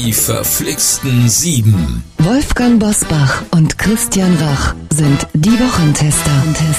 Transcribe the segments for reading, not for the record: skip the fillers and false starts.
Die verflixten 7. Wolfgang Bosbach und Christian Rach sind die Wochentester.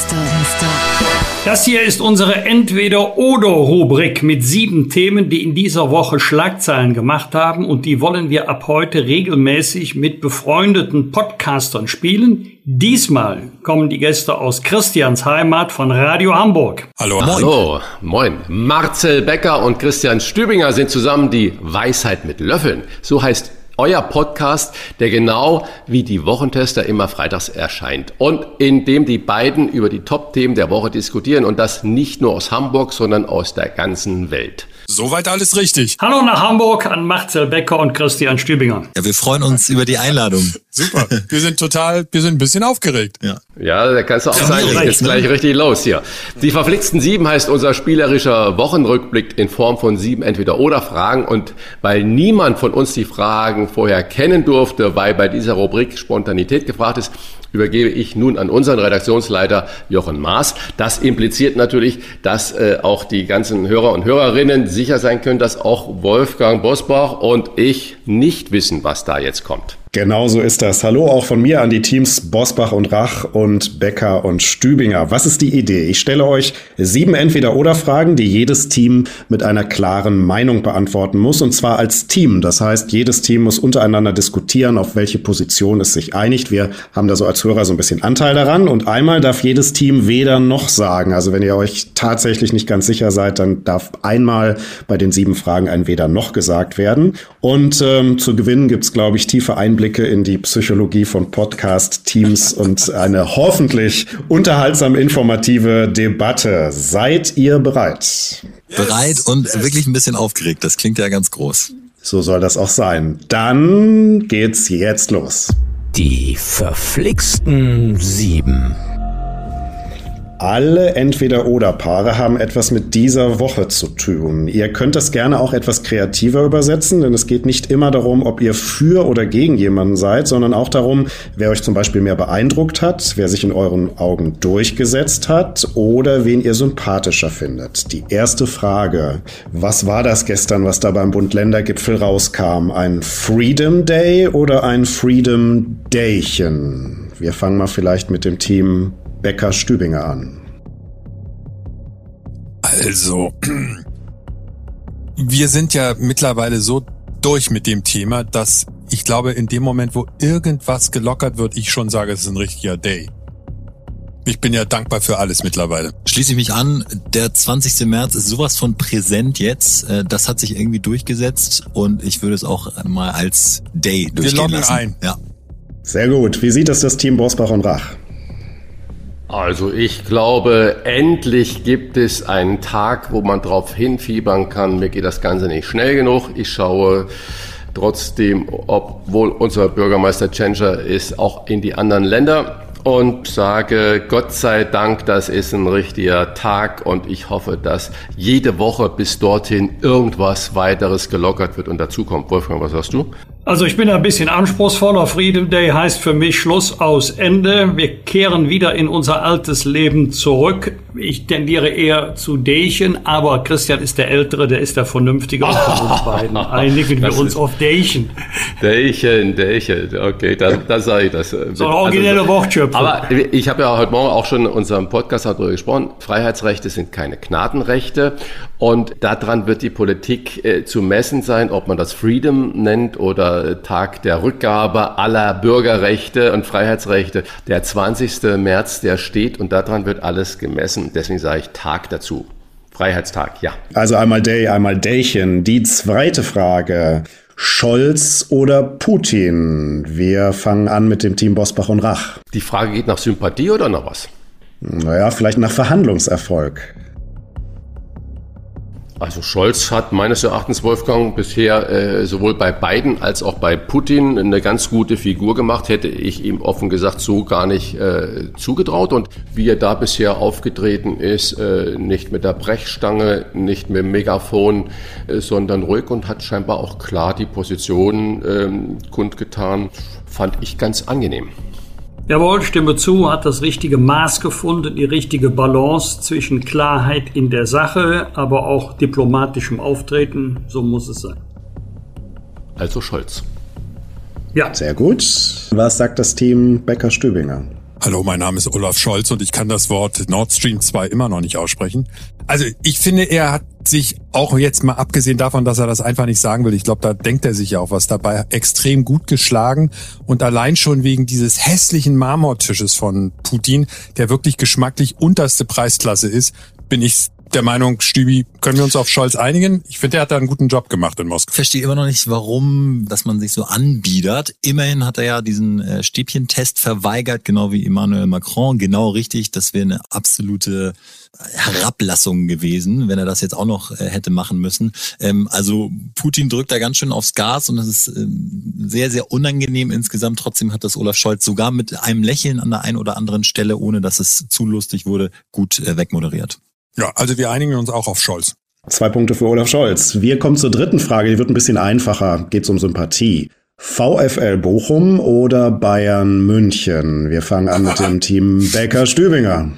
Das hier ist unsere Entweder-Oder-Rubrik mit 7 Themen, die in dieser Woche Schlagzeilen gemacht haben, und die wollen wir ab heute regelmäßig mit befreundeten Podcastern spielen. Diesmal kommen die Gäste aus Christians Heimat von Radio Hamburg. Hallo, moin. Hallo, moin. Marcel Becker und Christian Stübinger sind zusammen die Weisheit mit Löffeln. So heißt euer Podcast, der genau wie die Wochentester immer freitags erscheint und in dem die beiden über die Top-Themen der Woche diskutieren, und das nicht nur aus Hamburg, sondern aus der ganzen Welt. Soweit alles richtig. Hallo nach Hamburg an Marcel Becker und Christian Stübinger. Ja, wir freuen uns über die Einladung. Super. Wir sind ein bisschen aufgeregt. Ja, da kannst du auch sagen, es geht gleich richtig los hier. Die verflixten 7 heißt unser spielerischer Wochenrückblick in Form von 7 Entweder-Oder-Fragen, und weil niemand von uns die Fragen vorher kennen durfte, weil bei dieser Rubrik Spontanität gefragt ist, übergebe ich nun an unseren Redaktionsleiter Jochen Maas. Das impliziert natürlich, dass auch die ganzen Hörer und Hörerinnen sicher sein können, dass auch Wolfgang Bosbach und ich nicht wissen, was da jetzt kommt. Genau so ist das. Hallo auch von mir an die Teams Bosbach und Rach und Becker und Stübinger. Was ist die Idee? Ich stelle euch 7 Entweder-Oder-Fragen, die jedes Team mit einer klaren Meinung beantworten muss, und zwar als Team. Das heißt, jedes Team muss untereinander diskutieren, auf welche Position es sich einigt. Wir haben da so als Hörer so ein bisschen Anteil daran, und einmal darf jedes Team weder noch sagen. Also wenn ihr euch tatsächlich nicht ganz sicher seid, dann darf einmal bei den 7 Fragen ein weder noch gesagt werden. Und zu gewinnen gibt's, glaube ich, tiefe Einblicke in die Psychologie von Podcast-Teams und eine hoffentlich unterhaltsam informative Debatte. Seid ihr bereit? Bereit und wirklich ein bisschen aufgeregt. Das klingt ja ganz groß. So soll das auch sein. Dann geht's jetzt los. Die verflixten 7. Alle Entweder-Oder-Paare haben etwas mit dieser Woche zu tun. Ihr könnt das gerne auch etwas kreativer übersetzen, denn es geht nicht immer darum, ob ihr für oder gegen jemanden seid, sondern auch darum, wer euch zum Beispiel mehr beeindruckt hat, wer sich in euren Augen durchgesetzt hat oder wen ihr sympathischer findet. Die erste Frage: Was war das gestern, was da beim Bund-Länder-Gipfel rauskam? Ein Freedom Day oder ein Freedom Daychen? Wir fangen mal vielleicht mit dem Team Becker-Stübinger an. Also, wir sind ja mittlerweile so durch mit dem Thema, dass ich glaube, in dem Moment, wo irgendwas gelockert wird, ich schon sage, es ist ein richtiger Day. Ich bin ja dankbar für alles mittlerweile. Schließe ich mich an, der 20. März ist sowas von präsent jetzt. Das hat sich irgendwie durchgesetzt, und ich würde es auch mal als Day durchgehen lassen. Wir loggen ein. Ja. Sehr gut. Wie sieht es das Team Bosbach und Rach? Also ich glaube, endlich gibt es einen Tag, wo man drauf hinfiebern kann. Mir geht das Ganze nicht schnell genug. Ich schaue trotzdem, obwohl unser Bürgermeister Tschentscher ist, auch in die anderen Länder und sage, Gott sei Dank, das ist ein richtiger Tag, und ich hoffe, dass jede Woche bis dorthin irgendwas weiteres gelockert wird und dazukommt. Wolfgang, was sagst du? Also ich bin ein bisschen anspruchsvoller. Freedom Day heißt für mich Schluss, aus, Ende. Wir kehren wieder in unser altes Leben zurück. Ich tendiere eher zu Daychen, aber Christian ist der Ältere, der ist der Vernünftige, und von uns beiden einigen wir uns auf Daychen. Daychen, okay, dann sage ich das. So eine originelle Wortschöpfung. Aber ich habe ja heute Morgen auch schon in unserem Podcast darüber gesprochen, Freiheitsrechte sind keine Gnadenrechte, und daran wird die Politik zu messen sein, ob man das Freedom nennt oder Tag der Rückgabe aller Bürgerrechte und Freiheitsrechte. Der 20. März, der steht, und daran wird alles gemessen. Deswegen sage ich Tag dazu. Freiheitstag, ja. Also einmal Day, einmal Daychen. Die zweite Frage: Scholz oder Putin? Wir fangen an mit dem Team Bosbach und Rach. Die Frage geht nach Sympathie oder nach was? Naja, vielleicht nach Verhandlungserfolg. Also Scholz hat meines Erachtens, Wolfgang, bisher sowohl bei Biden als auch bei Putin eine ganz gute Figur gemacht. Hätte ich ihm offen gesagt so gar nicht zugetraut. Und wie er da bisher aufgetreten ist, nicht mit der Brechstange, nicht mit dem Megafon, sondern ruhig, und hat scheinbar auch klar die Position kundgetan, fand ich ganz angenehm. Jawohl, stimme zu, hat das richtige Maß gefunden, die richtige Balance zwischen Klarheit in der Sache, aber auch diplomatischem Auftreten, so muss es sein. Also Scholz. Ja. Sehr gut. Was sagt das Team Becker-Stübinger? Hallo, mein Name ist Olaf Scholz und ich kann das Wort Nord Stream 2 immer noch nicht aussprechen. Also ich finde, er hat sich auch jetzt mal abgesehen davon, dass er das einfach nicht sagen will, ich glaube, da denkt er sich ja auch was dabei, extrem gut geschlagen und allein schon wegen dieses hässlichen Marmortisches von Putin, der wirklich geschmacklich unterste Preisklasse ist, bin ich der Meinung, Stübi, können wir uns auf Scholz einigen? Ich finde, er hat da einen guten Job gemacht in Moskau. Ich verstehe immer noch nicht, warum, dass man sich so anbiedert. Immerhin hat er ja diesen Stäbchentest verweigert, genau wie Emmanuel Macron. Genau richtig, das wäre eine absolute Herablassung gewesen, wenn er das jetzt auch noch hätte machen müssen. Also Putin drückt da ganz schön aufs Gas und das ist sehr, sehr unangenehm insgesamt. Trotzdem hat das Olaf Scholz sogar mit einem Lächeln an der einen oder anderen Stelle, ohne dass es zu lustig wurde, gut wegmoderiert. Ja, also wir einigen uns auch auf Scholz. 2 Punkte für Olaf Scholz. Wir kommen zur dritten Frage, die wird ein bisschen einfacher. Geht es um Sympathie. VfL Bochum oder Bayern München? Wir fangen an mit dem Team Becker-Stübinger.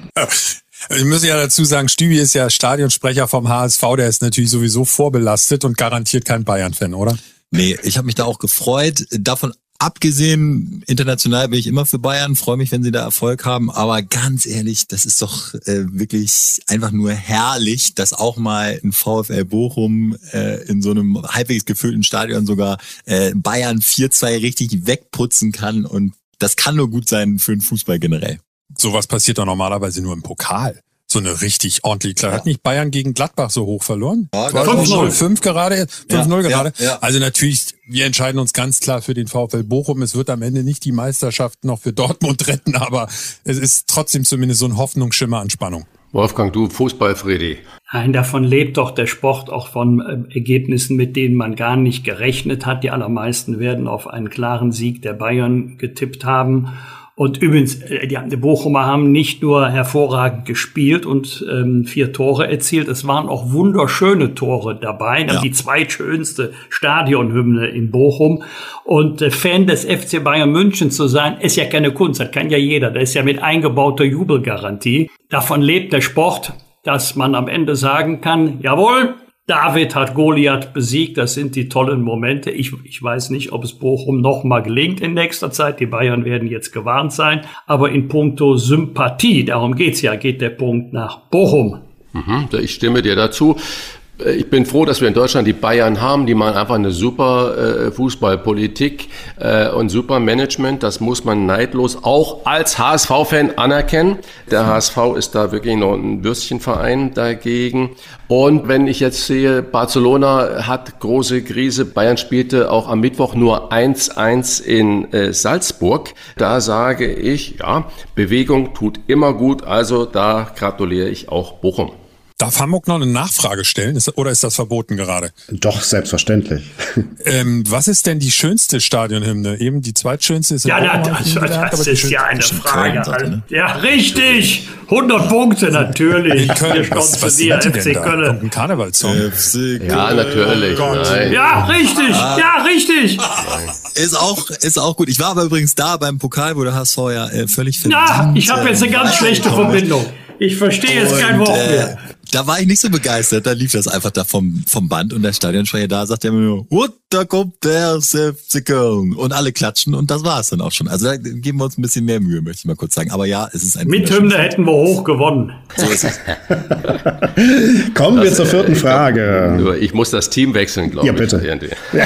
Ich muss ja dazu sagen, Stübi ist ja Stadionsprecher vom HSV, der ist natürlich sowieso vorbelastet und garantiert kein Bayern-Fan, oder? Nee, ich habe mich da auch gefreut. Davon abgesehen, international bin ich immer für Bayern, freue mich, wenn sie da Erfolg haben, aber ganz ehrlich, das ist doch wirklich einfach nur herrlich, dass auch mal ein VfL Bochum in so einem halbwegs gefüllten Stadion sogar Bayern 4-2 richtig wegputzen kann und das kann nur gut sein für den Fußball generell. Sowas passiert doch normalerweise nur im Pokal. So eine richtig ordentliche Klar. Hat nicht Bayern gegen Gladbach so hoch verloren? Ja, 5-0 gerade, 5-0 gerade. Ja. Also natürlich, wir entscheiden uns ganz klar für den VfL Bochum. Es wird am Ende nicht die Meisterschaft noch für Dortmund retten, aber es ist trotzdem zumindest so ein Hoffnungsschimmer an Spannung. Wolfgang, du Fußball-Freddy. Nein, davon lebt doch der Sport, auch von Ergebnissen, mit denen man gar nicht gerechnet hat. Die allermeisten werden auf einen klaren Sieg der Bayern getippt haben. Und übrigens, die Bochumer haben nicht nur hervorragend gespielt und 4 Tore erzielt, es waren auch wunderschöne Tore dabei. Ja. Die zweitschönste Stadionhymne in Bochum. Und Fan des FC Bayern München zu sein, ist ja keine Kunst, das kann ja jeder. Das ist ja mit eingebauter Jubelgarantie. Davon lebt der Sport, dass man am Ende sagen kann, jawohl, David hat Goliath besiegt, das sind die tollen Momente. Ich weiß nicht, ob es Bochum noch mal gelingt in nächster Zeit. Die Bayern werden jetzt gewarnt sein. Aber in puncto Sympathie, darum geht's ja, geht der Punkt nach Bochum. Ich stimme dir dazu. Ich bin froh, dass wir in Deutschland die Bayern haben. Die machen einfach eine super Fußballpolitik und super Management. Das muss man neidlos auch als HSV-Fan anerkennen. Der HSV ist da wirklich noch ein Würstchenverein dagegen. Und wenn ich jetzt sehe, Barcelona hat große Krise. Bayern spielte auch am Mittwoch nur 1-1 in Salzburg. Da sage ich, ja, Bewegung tut immer gut. Also da gratuliere ich auch Bochum. Darf Hamburg noch eine Nachfrage stellen oder ist das verboten gerade? Doch, selbstverständlich. Was ist denn die schönste Stadionhymne? Eben die zweitschönste ist das ist ja eine Frage. Köln, ja, richtig! 100 Punkte natürlich. In Köln, was dir, FC Köln. Kommt ein Karnevalssong. Ja, natürlich. Nein. Ja, richtig. Ja, richtig. Ist auch gut. Ich war aber übrigens da beim Pokal, wo der HSV ja völlig verdient. Ja, ich habe jetzt eine ganz schlechte Verbindung. Ich verstehe jetzt kein Wort mehr. Da war ich nicht so begeistert, da lief das einfach da vom Band und der Stadionsprecher da sagt ja immer nur, und da kommt der FC Köln und alle klatschen und das war es dann auch schon. Also da geben wir uns ein bisschen mehr Mühe, möchte ich mal kurz sagen. Aber ja, es ist ein mit Hymne hätten wir hoch gewonnen. So ist es. Kommen wir zur 4. Frage. Ich muss das Team wechseln, glaube ich. Ja, bitte.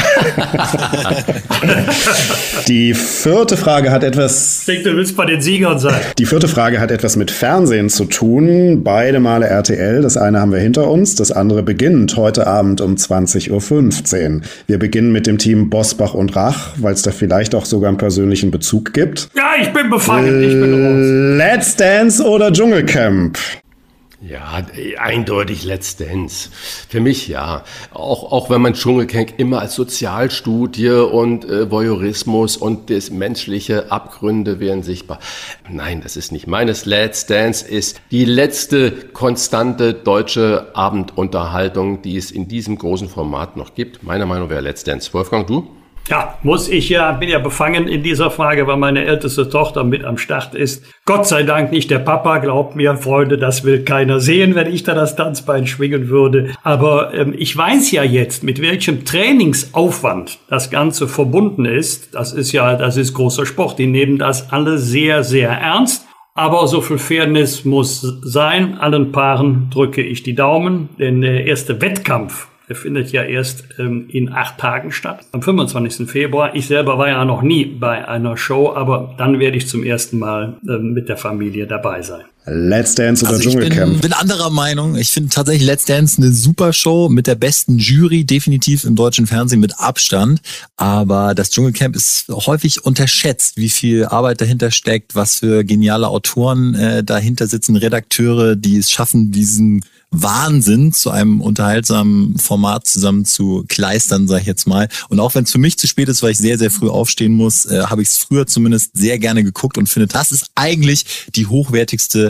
Die 4. Frage hat etwas... Ich denke, du willst bei den Siegern sein. Die 4. Frage hat etwas mit Fernsehen zu tun. Beide Male RTL. Das eine haben wir hinter uns, das andere beginnt heute Abend um 20.15 Uhr. Wir beginnen mit dem Team Bosbach und Rach, weil es da vielleicht auch sogar einen persönlichen Bezug gibt. Ja, ich bin befangen, ich bin raus. Let's Dance oder Dschungelcamp? Ja, eindeutig Let's Dance. Für mich ja. Auch wenn man Dschungelcamp immer als Sozialstudie und Voyeurismus und das menschliche Abgründe werden sichtbar. Nein, das ist nicht meines. Let's Dance ist die letzte konstante deutsche Abendunterhaltung, die es in diesem großen Format noch gibt. Meine Meinung wäre Let's Dance. Wolfgang, du? Ja, bin ja befangen in dieser Frage, weil meine älteste Tochter mit am Start ist. Gott sei Dank nicht der Papa, glaubt mir, Freunde, das will keiner sehen, wenn ich da das Tanzbein schwingen würde. Aber ich weiß ja jetzt, mit welchem Trainingsaufwand das Ganze verbunden ist. Das ist großer Sport. Die nehmen das alle sehr, sehr ernst. Aber so viel Fairness muss sein. Allen Paaren drücke ich die Daumen, denn der erste Wettkampf, der findet ja erst in 8 Tagen statt, am 25. Februar. Ich selber war ja noch nie bei einer Show, aber dann werde ich zum ersten Mal mit der Familie dabei sein. Let's Dance oder Dschungelcamp? Ich bin anderer Meinung. Ich finde tatsächlich Let's Dance eine super Show mit der besten Jury, definitiv im deutschen Fernsehen mit Abstand. Aber das Dschungelcamp ist häufig unterschätzt, wie viel Arbeit dahinter steckt, was für geniale Autoren dahinter sitzen, Redakteure, die es schaffen, diesen Wahnsinn zu einem unterhaltsamen Format zusammen zu kleistern, sag ich jetzt mal. Und auch wenn es für mich zu spät ist, weil ich sehr, sehr früh aufstehen muss, habe ich es früher zumindest sehr gerne geguckt und finde, das ist eigentlich die hochwertigste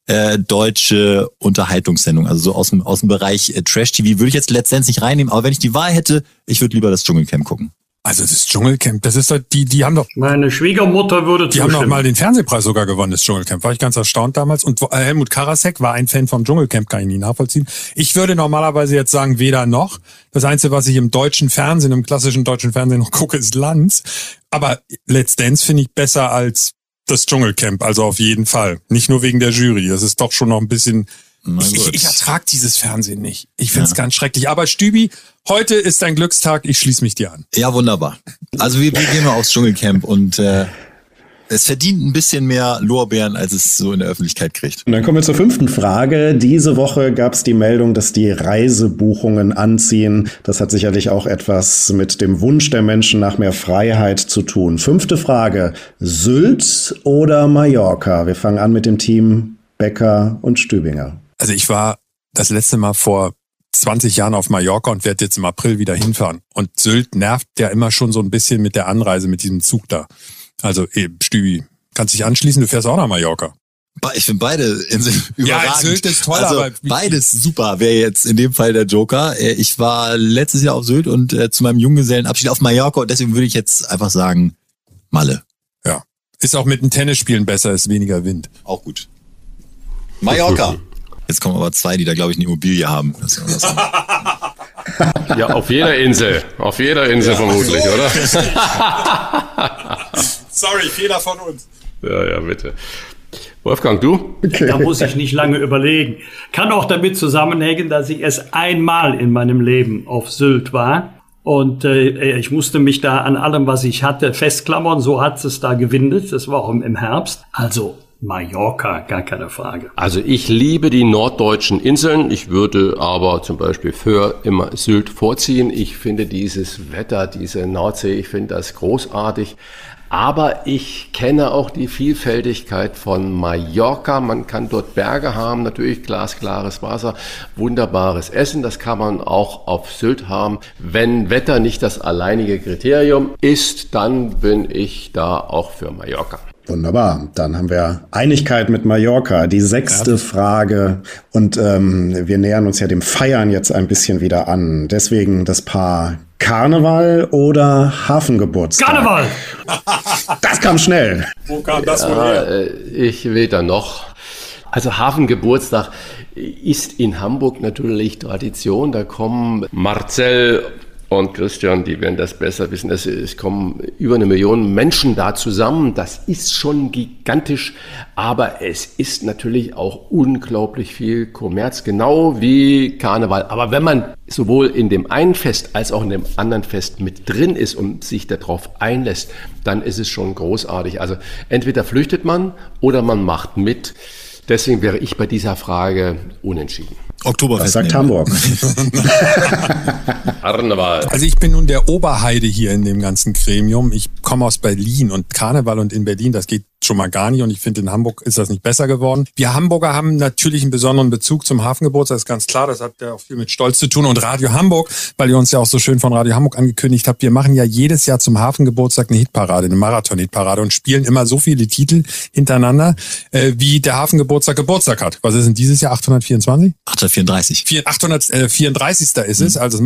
deutsche Unterhaltungssendung. Also so aus dem Bereich Trash-TV würde ich jetzt letztendlich nicht reinnehmen, aber wenn ich die Wahl hätte, ich würde lieber das Dschungelcamp gucken. Also das Dschungelcamp, das ist doch, die haben doch... Meine Schwiegermutter würde zustimmen. Die haben doch mal den Fernsehpreis sogar gewonnen, das Dschungelcamp. War ich ganz erstaunt damals. Und Helmut Karasek war ein Fan vom Dschungelcamp, kann ich nie nachvollziehen. Ich würde normalerweise jetzt sagen, weder noch. Das Einzige, was ich im deutschen Fernsehen, im klassischen deutschen Fernsehen noch gucke, ist Lanz. Aber Let's Dance finde ich besser als das Dschungelcamp, also auf jeden Fall. Nicht nur wegen der Jury, das ist doch schon noch ein bisschen... Ich ertrage dieses Fernsehen nicht. Ich finde es ganz schrecklich. Aber Stübi, heute ist dein Glückstag, ich schließe mich dir an. Ja, wunderbar. Also wir gehen mal aufs Dschungelcamp und es verdient ein bisschen mehr Lorbeeren, als es so in der Öffentlichkeit kriegt. Und dann kommen wir zur 5. Frage. Diese Woche gab es die Meldung, dass die Reisebuchungen anziehen. Das hat sicherlich auch etwas mit dem Wunsch der Menschen nach mehr Freiheit zu tun. 5. Frage. Sylt oder Mallorca? Wir fangen an mit dem Team Becker und Stübinger. Also ich war das letzte Mal vor 20 Jahren auf Mallorca und werde jetzt im April wieder hinfahren. Und Sylt nervt ja immer schon so ein bisschen mit der Anreise, mit diesem Zug da. Also Stübi, kannst dich anschließen, du fährst auch nach Mallorca. Ich finde beide Inseln überragend. Ja, Sylt ist toll, also aber... Beides super, wäre jetzt in dem Fall der Joker. Ich war letztes Jahr auf Sylt und zu meinem Junggesellenabschied auf Mallorca und deswegen würde ich jetzt einfach sagen, Malle. Ja, ist auch mit dem Tennisspielen besser, ist weniger Wind. Auch gut. Mallorca. Jetzt kommen aber 2, die da, glaube ich, eine Immobilie haben. Ja, auf jeder Insel. Auf jeder Insel vermutlich, oder? Sorry, Fehler von uns. Ja, bitte. Wolfgang, du? Okay. Da muss ich nicht lange überlegen. Kann auch damit zusammenhängen, dass ich erst einmal in meinem Leben auf Sylt war. Und ich musste mich da an allem, was ich hatte, festklammern. So hat es da gewindet. Das war auch im Herbst. Also Mallorca, gar keine Frage. Also ich liebe die norddeutschen Inseln. Ich würde aber zum Beispiel für immer Sylt vorziehen. Ich finde dieses Wetter, diese Nordsee, ich finde das großartig. Aber ich kenne auch die Vielfältigkeit von Mallorca. Man kann dort Berge haben, natürlich glasklares Wasser, wunderbares Essen. Das kann man auch auf Sylt haben. Wenn Wetter nicht das alleinige Kriterium ist, dann bin ich da auch für Mallorca. Wunderbar, dann haben wir Einigkeit mit Mallorca. Die 6. Frage und wir nähern uns ja dem Feiern jetzt ein bisschen wieder an. Deswegen das Paar Karneval oder Hafengeburtstag? Karneval! Das kam schnell. Wo kam das wohl her? Ich weder noch. Also Hafengeburtstag ist in Hamburg natürlich Tradition. Da kommen Marcel und Christian, die werden das besser wissen. Es kommen über 1 Million Menschen da zusammen. Das ist schon gigantisch, aber es ist natürlich auch unglaublich viel Kommerz, genau wie Karneval. Aber wenn man sowohl in dem einen Fest als auch in dem anderen Fest mit drin ist und sich darauf einlässt, dann ist es schon großartig. Also entweder flüchtet man oder man macht mit. Deswegen wäre ich bei dieser Frage unentschieden. Oktoberfest. Was sagt Hamburg? Karneval. Also ich bin nun der Oberheide hier in dem ganzen Gremium. Ich komme aus Berlin und Karneval und in Berlin, das geht schon mal gar nicht und ich finde, in Hamburg ist das nicht besser geworden. Wir Hamburger haben natürlich einen besonderen Bezug zum Hafengeburtstag, das ist ganz klar, das hat ja auch viel mit Stolz zu tun und Radio Hamburg, weil ihr uns ja auch so schön von Radio Hamburg angekündigt habt, wir machen ja jedes Jahr zum Hafengeburtstag eine Hitparade, eine Marathon-Hitparade und spielen immer so viele Titel hintereinander, wie der Hafengeburtstag Geburtstag hat. Was ist denn dieses Jahr, 824? 834. 834. ist es, also das machen wir wieder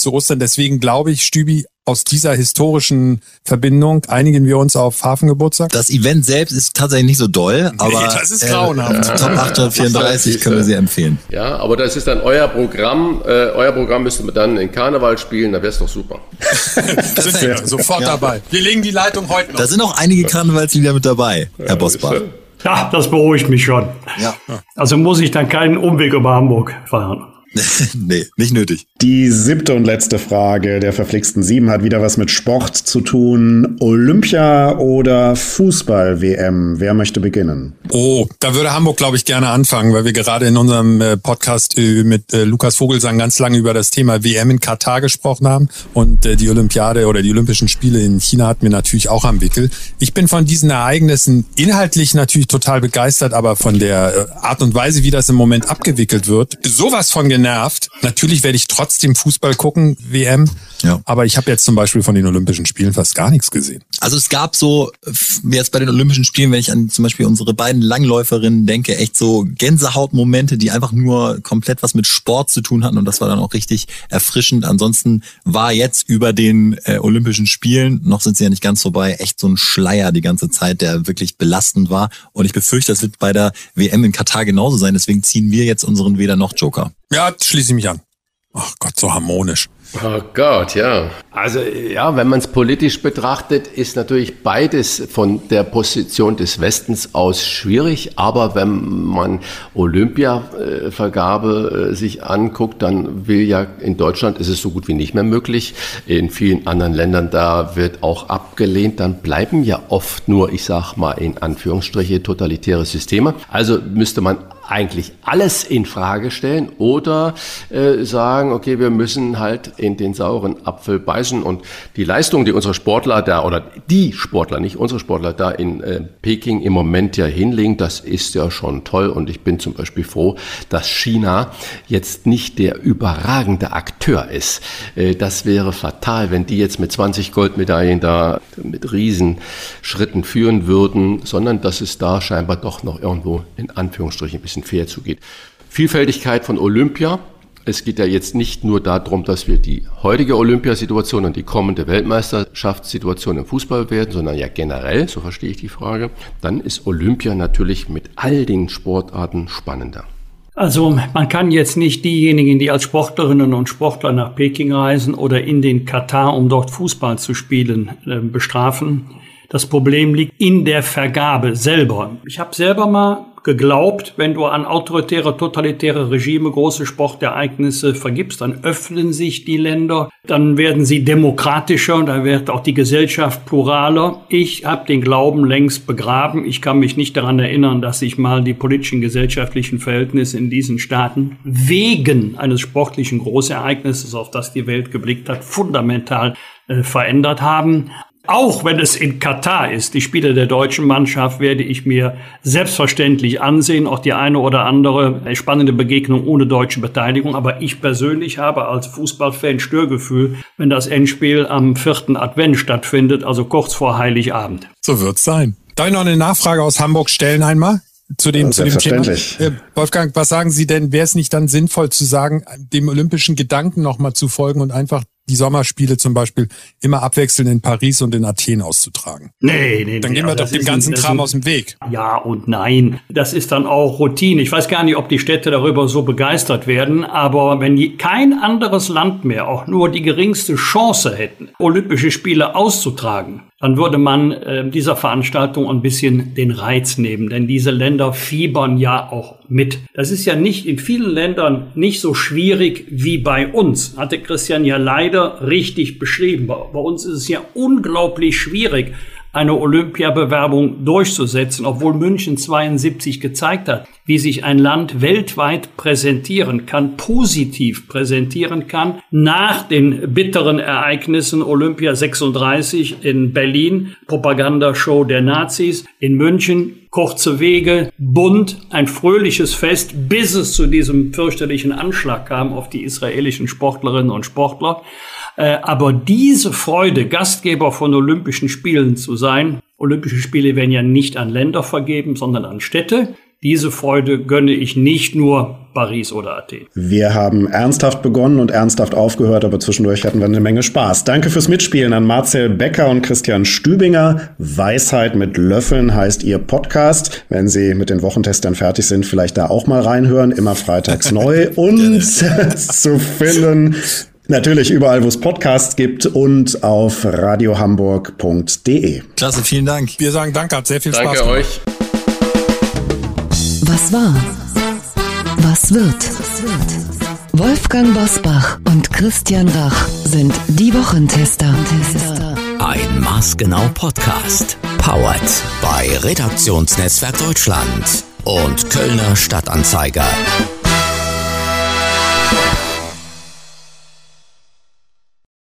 zu Ostern. Deswegen glaube ich, Stübi, aus dieser historischen Verbindung einigen wir uns auf Hafengeburtstag. Das Event selbst ist tatsächlich nicht so doll, aber das ist grauenhaft. Top 834 können wir sehr empfehlen. Ja, aber das ist dann euer Programm. Euer Programm müsste man dann in Karneval spielen, da wäre es doch super. Sind wir sofort dabei. Wir legen die Leitung heute noch. Da sind auch einige Karnevalslieder mit dabei, Herr Bosbach. Ja, das beruhigt mich schon. Ja. Also muss ich dann keinen Umweg über Hamburg fahren. Nee, nicht nötig. Die 7. und letzte Frage der verflixten 7 hat wieder was mit Sport zu tun. Olympia oder Fußball-WM? Wer möchte beginnen? Oh, da würde Hamburg, glaube ich, gerne anfangen, weil wir gerade in unserem Podcast mit Lukas Vogelsang ganz lange über das Thema WM in Katar gesprochen haben. Und die Olympiade oder die Olympischen Spiele in China hatten wir natürlich auch am Wickel. Ich bin von diesen Ereignissen inhaltlich natürlich total begeistert, aber von der Art und Weise, wie das im Moment abgewickelt wird, sowas von genervt. Natürlich werde ich trotzdem Fußball gucken, WM, aber ich habe jetzt zum Beispiel von den Olympischen Spielen fast gar nichts gesehen. Also es gab so, jetzt bei den Olympischen Spielen, wenn ich an zum Beispiel unsere beiden Langläuferinnen denke, echt so Gänsehautmomente, die einfach nur komplett was mit Sport zu tun hatten und das war dann auch richtig erfrischend. Ansonsten war jetzt über den Olympischen Spielen, noch sind sie ja nicht ganz vorbei, echt so ein Schleier die ganze Zeit, der wirklich belastend war und ich befürchte, das wird bei der WM in Katar genauso sein, deswegen ziehen wir jetzt unseren Weder-noch-Joker. Ja, schließe ich mich an. Ach Gott, so harmonisch. Oh Gott, ja. Also ja, wenn man es politisch betrachtet, ist natürlich beides von der Position des Westens aus schwierig. Aber wenn man Olympiavergabe sich anguckt, dann will ja in Deutschland ist es so gut wie nicht mehr möglich. In vielen anderen Ländern, da wird auch abgelehnt. Dann bleiben ja oft nur, ich sag mal in Anführungsstriche, totalitäre Systeme. Also müsste man eigentlich alles in Frage stellen oder sagen, okay, wir müssen halt in den sauren Apfel beißen und die Leistung, die unsere Sportler da, oder die Sportler, nicht unsere Sportler da in Peking im Moment ja hinlegen, das ist ja schon toll und ich bin zum Beispiel froh, dass China jetzt nicht der überragende Akteur ist. Das wäre fatal, wenn die jetzt mit 20 Goldmedaillen da mit Riesenschritten führen würden, sondern dass es da scheinbar doch noch irgendwo in Anführungsstrichen ein bisschen fair zugeht. Vielfältigkeit von Olympia. Es geht ja jetzt nicht nur darum, dass wir die heutige Olympiasituation und die kommende Weltmeisterschaftssituation im Fußball werden, sondern ja generell, so verstehe ich die Frage. Dann ist Olympia natürlich mit all den Sportarten spannender. Also man kann jetzt nicht diejenigen, die als Sportlerinnen und Sportler nach Peking reisen oder in den Katar, um dort Fußball zu spielen, bestrafen. Das Problem liegt in der Vergabe selber. Ich habe selber mal geglaubt, wenn du an autoritäre, totalitäre Regime große Sportereignisse vergibst, dann öffnen sich die Länder, dann werden sie demokratischer und dann wird auch die Gesellschaft pluraler. Ich habe den Glauben längst begraben. Ich kann mich nicht daran erinnern, dass sich mal die politischen, gesellschaftlichen Verhältnisse in diesen Staaten wegen eines sportlichen Großereignisses, auf das die Welt geblickt hat, fundamental verändert haben. Auch wenn es in Katar ist, die Spiele der deutschen Mannschaft werde ich mir selbstverständlich ansehen, auch die eine oder andere spannende Begegnung ohne deutsche Beteiligung. Aber ich persönlich habe als Fußballfan Störgefühl, wenn das Endspiel am 4. Advent stattfindet, also kurz vor Heiligabend. So wird's sein. Darf ich noch eine Nachfrage aus Hamburg stellen einmal? Zu dem Thema. Wolfgang, was sagen Sie denn, wäre es nicht dann sinnvoll zu sagen, dem olympischen Gedanken nochmal zu folgen und einfach die Sommerspiele zum Beispiel immer abwechselnd in Paris und in Athen auszutragen? Nee. Dann gehen wir doch dem ganzen Kram aus dem Weg. Ja und nein. Das ist dann auch Routine. Ich weiß gar nicht, ob die Städte darüber so begeistert werden, aber wenn kein anderes Land mehr auch nur die geringste Chance hätten, Olympische Spiele auszutragen, dann würde man dieser Veranstaltung ein bisschen den Reiz nehmen, denn diese Länder fiebern ja auch mit. Das ist ja nicht in vielen Ländern nicht so schwierig wie bei uns, hatte Christian ja leider richtig beschrieben. Bei uns ist es ja unglaublich schwierig, eine Olympiabewerbung durchzusetzen, obwohl München 72 gezeigt hat, wie sich ein Land weltweit präsentieren kann, positiv präsentieren kann, nach den bitteren Ereignissen Olympia 36 in Berlin, Propagandashow der Nazis, in München, kurze Wege, bunt, ein fröhliches Fest, bis es zu diesem fürchterlichen Anschlag kam auf die israelischen Sportlerinnen und Sportler. Aber diese Freude, Gastgeber von Olympischen Spielen zu sein, Olympische Spiele werden ja nicht an Länder vergeben, sondern an Städte. Diese Freude gönne ich nicht nur Paris oder Athen. Wir haben ernsthaft begonnen und ernsthaft aufgehört, aber zwischendurch hatten wir eine Menge Spaß. Danke fürs Mitspielen an Marcel Becker und Christian Stübinger. Weisheit mit Löffeln heißt ihr Podcast. Wenn Sie mit den Wochentestern fertig sind, vielleicht da auch mal reinhören. Immer freitags neu und zu finden natürlich überall, wo es Podcasts gibt und auf radiohamburg.de. Klasse, vielen Dank. Wir sagen Danke, hat sehr viel Spaß gemacht. Danke euch. Was war? Was wird? Wolfgang Bosbach und Christian Rach sind die Wochentester. Ein maßgenau Podcast. Powered bei Redaktionsnetzwerk Deutschland und Kölner Stadtanzeiger.